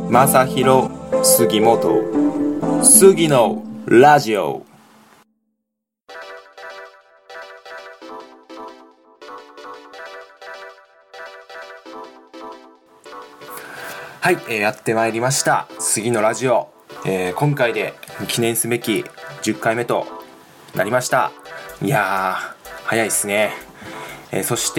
正弘杉本杉のラジオ。はい、やってまいりました杉のラジオ。今回で記念すべき10回目となりました。いやー早いですね。そして、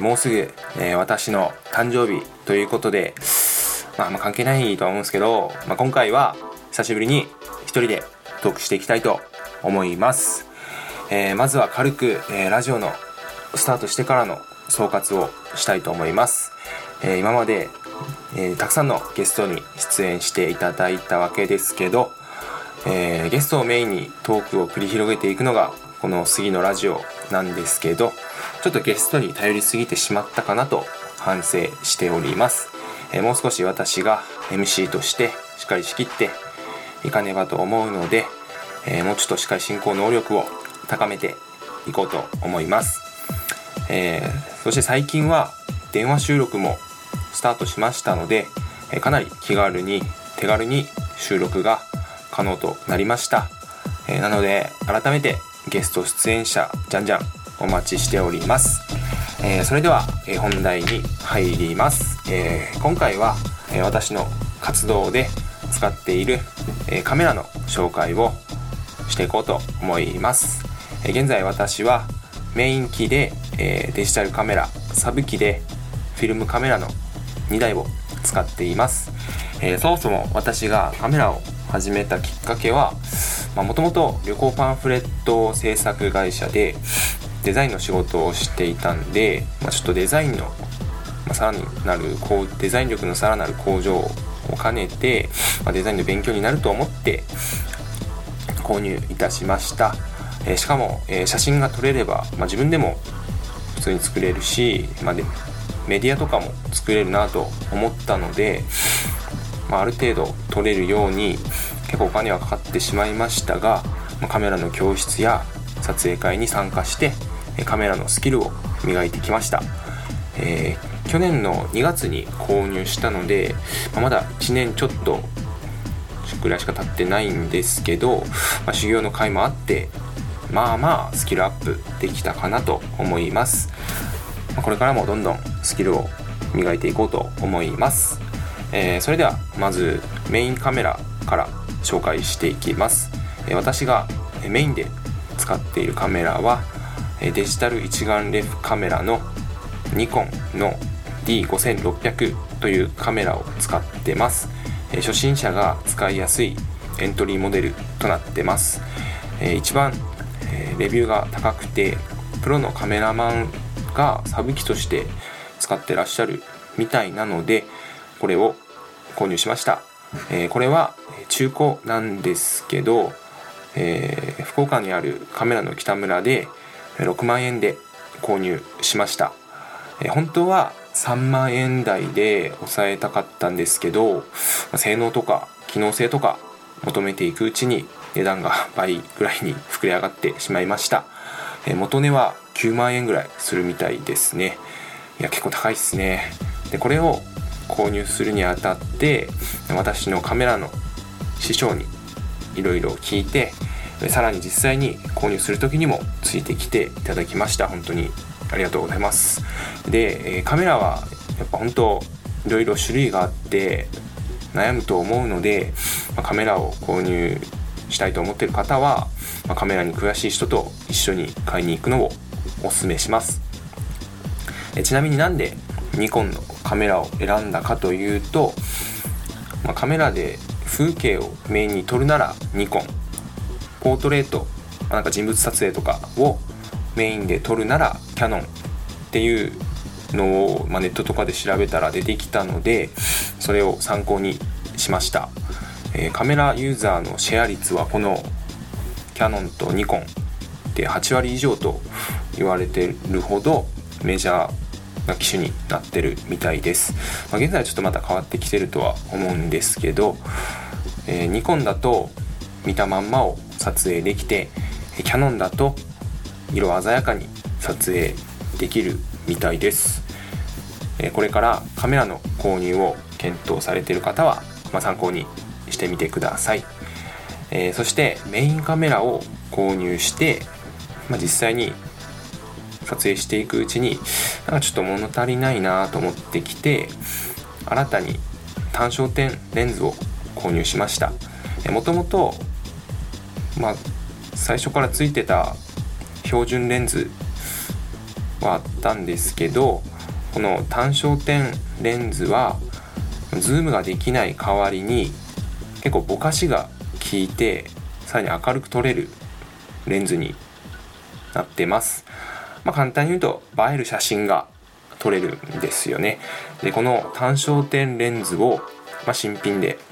もうすぐ、私の誕生日ということで、関係ないとは思うんですけど、今回は久しぶりに一人でトークしていきたいと思います。まずは軽く、ラジオのスタートしてからの総括をしたいと思います。今まで、たくさんのゲストに出演していただいたわけですけど、ゲストをメインにトークを繰り広げていくのがこの杉のラジオなんですけど、ちょっとゲストに頼りすぎてしまったかなと反省しております。もう少し私が MC としてしっかり仕切っていかねばと思うので、もうちょっとしっかり進行能力を高めていこうと思います。そして最近は電話収録もスタートしましたので、かなり気軽に手軽に収録が可能となりました。なので改めてゲスト出演者じゃんじゃんお待ちしております。それでは、本題に入ります。今回は、私の活動で使っている、カメラの紹介をしていこうと思います。現在私はメイン機で、デジタルカメラ、サブ機でフィルムカメラの2台を使っています。そもそも私がカメラを始めたきっかけは、もともと旅行パンフレット制作会社でデザインの仕事をしていたんで、ちょっとデザインの、さらになるデザイン力のさらなる向上を兼ねて、デザインの勉強になると思って購入いたしました。しかも、写真が撮れれば、自分でも普通に作れるし、メディアとかも作れるなと思ったので、ある程度撮れるように結構お金はかかってしまいましたが、カメラの教室や撮影会に参加してカメラのスキルを磨いてきました。去年の2月に購入したので、まだ1年ちょっとくらいしか経ってないんですけど、修行の甲斐もあってスキルアップできたかなと思います。これからもどんどんスキルを磨いていこうと思います。それではまずメインカメラから紹介していきます。私がメインで使っているカメラはデジタル一眼レフカメラのニコンの D5600 というカメラを使ってます。初心者が使いやすいエントリーモデルとなってます。一番レビューが高くて、プロのカメラマンがサブ機として使ってらっしゃるみたいなので、これを購入しました。これは中古なんですけど、福岡にあるカメラの北村で6万円で購入しました。本当は3万円台で抑えたかったんですけど、性能とか機能性とか求めていくうちに値段が倍ぐらいに膨れ上がってしまいました。元値は9万円ぐらいするみたいですね。いや結構高いですね。でこれを購入するにあたって私のカメラの師匠にいろいろ聞いて、さらに実際に購入する時にもついてきていただきました。本当にありがとうございます。でカメラはやっぱ本当いろいろ種類があって悩むと思うので、カメラを購入したいと思っている方は、カメラに詳しい人と一緒に買いに行くのをお勧めします。ちなみになんでニコンのカメラを選んだかというと、カメラで風景をメインに撮るならニコン、ポートレート、人物撮影とかをメインで撮るならキヤノンっていうのを、ネットとかで調べたら出てきたので、それを参考にしました。カメラユーザーのシェア率はこのキヤノンとニコンで8割以上と言われてるほどメジャーな機種になってるみたいです。現在はちょっとまた変わってきてるとは思うんですけど、ニコンだと見たまんまを撮影できて、キヤノンだと色鮮やかに撮影できるみたいです。これからカメラの購入を検討されている方は参考にしてみてください。そしてメインカメラを購入して、実際に撮影していくうちにちょっと物足りないなと思ってきて、新たに単焦点レンズを購入しました。もともと最初からついてた標準レンズはあったんですけど、この単焦点レンズはズームができない代わりに結構ぼかしが効いて、さらに明るく撮れるレンズになってます。簡単に言うと映える写真が撮れるんですよね。でこの単焦点レンズを、新品で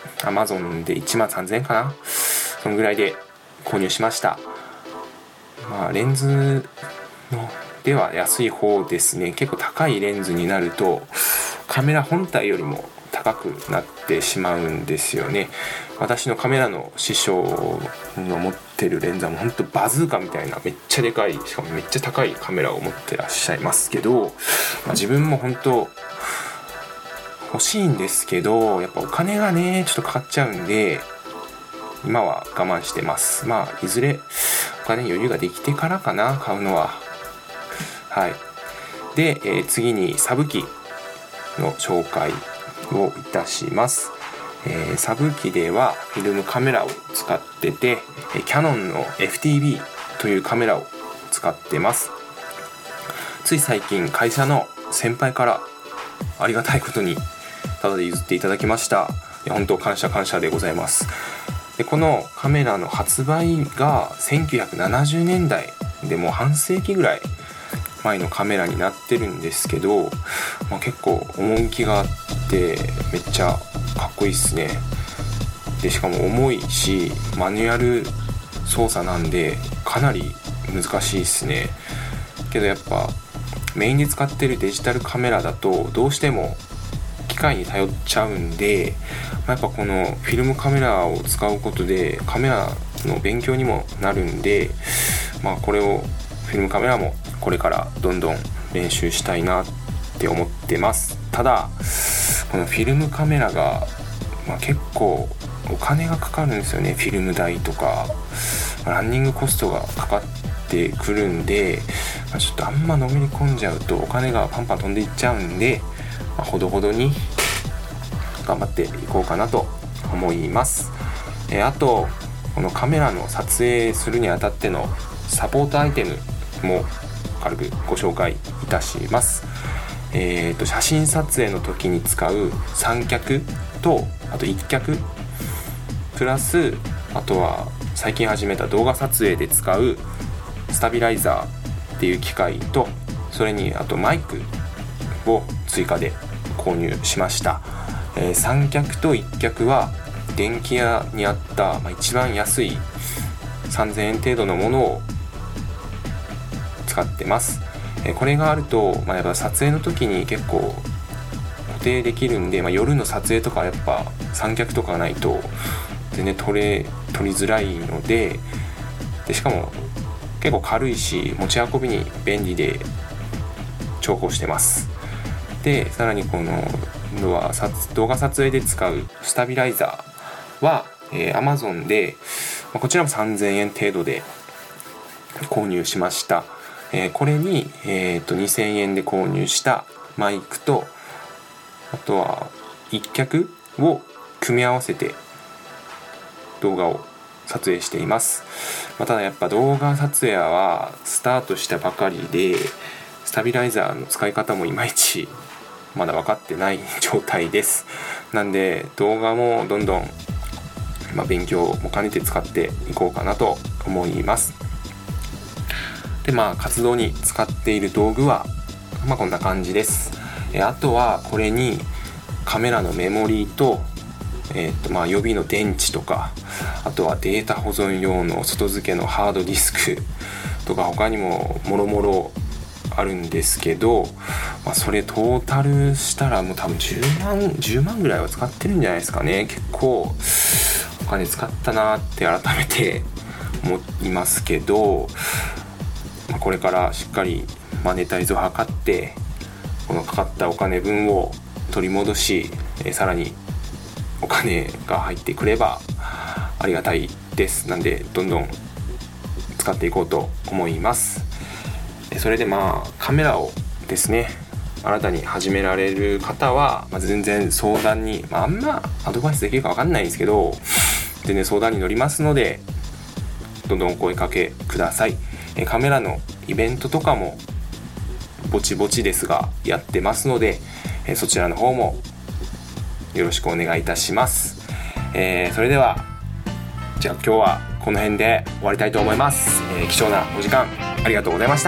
Amazon で13,000円かな、そのぐらいで購入しました。レンズのでは安い方ですね。結構高いレンズになるとカメラ本体よりも高くなってしまうんですよね。私のカメラの師匠の持ってるレンズはもうほんとバズーカみたいなめっちゃでかい、しかもめっちゃ高いカメラを持ってらっしゃいますけど、自分も本当欲しいんですけど、やっぱお金がねちょっとかかっちゃうんで今は我慢してます。いずれお金余裕ができてからかな、買うのは。はい。で、次にサブ機の紹介をいたします。サブ機ではフィルムカメラを使ってて、キヤノンの FTB というカメラを使ってます。つい最近会社の先輩からありがたいことにタダで譲っていただきました。本当感謝でございます。でこのカメラの発売が1970年代でもう半世紀ぐらい前のカメラになってるんですけど、結構趣があってめっちゃかっこいいっすね。でしかも重いしマニュアル操作なんでかなり難しいっすね。けどやっぱメインで使ってるデジタルカメラだとどうしても機械に頼っちゃうんで、やっぱこのフィルムカメラを使うことでカメラの勉強にもなるんで、これをフィルムカメラもこれからどんどん練習したいなって思ってます。ただこのフィルムカメラが、結構お金がかかるんですよね。フィルム代とかランニングコストがかかってくるんで、ちょっとあんまのめり込んじゃうとお金がパンパン飛んでいっちゃうんで、ほどほどに頑張っていこうかなと思います。あとこのカメラの撮影するにあたってのサポートアイテムも軽くご紹介いたします。写真撮影の時に使う三脚とあと一脚プラス、あとは最近始めた動画撮影で使うスタビライザーっていう機械と、それにあとマイクを追加で購入しました。三脚と一脚は電気屋にあった、一番安い3000円程度のものを使ってます。これがあると、やっぱ撮影の時に結構固定できるんで、夜の撮影とかやっぱ三脚とかないと全然撮りづらいので、しかも結構軽いし持ち運びに便利で重宝してます。でさらにこの動画撮影で使うスタビライザーは、Amazon で、こちらも3000円程度で購入しました。これに、2000円で購入したマイクと、あとは一脚を組み合わせて動画を撮影しています。ただやっぱ動画撮影はスタートしたばかりで、スタビライザーの使い方もいまいちまだ分かってない状態です。なんで動画もどんどん、勉強も兼ねて使っていこうかなと思います。で活動に使っている道具は、こんな感じです。あとはこれにカメラのメモリーと、予備の電池とか、あとはデータ保存用の外付けのハードディスクとか、他にももろもろあるんですけど、それトータルしたらもう多分10万ぐらいは使ってるんじゃないですかね。結構お金使ったなって改めて思いますけど、これからしっかりマネタイズを図って、このかかったお金分を取り戻し、さらにお金が入ってくればありがたいです。なんでどんどん使っていこうと思います。それでカメラをですね新たに始められる方は、全然相談に、あんまアドバイスできるか分かんないんですけど、全然相談に乗りますのでどんどんお声かけください。カメラのイベントとかもぼちぼちですがやってますので、そちらの方もよろしくお願いいたします。それではじゃあ今日はこの辺で終わりたいと思います。貴重なお時間ありがとうございました。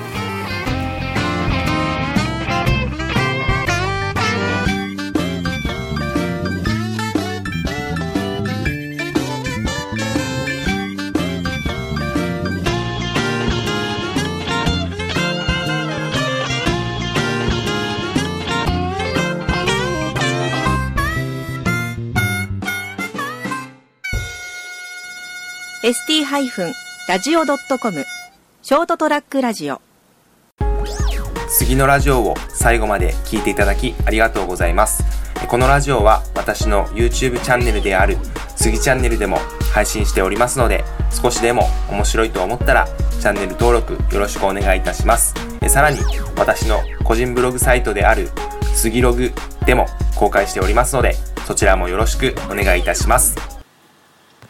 st-radio.com ショートトラックラジオ。 杉のラジオを最後まで聞いていただきありがとうございます。このラジオは私の YouTube チャンネルである杉チャンネルでも配信しておりますので、少しでも面白いと思ったらチャンネル登録よろしくお願いいたします。さらに私の個人ブログサイトである杉ログでも公開しておりますので、そちらもよろしくお願いいたします。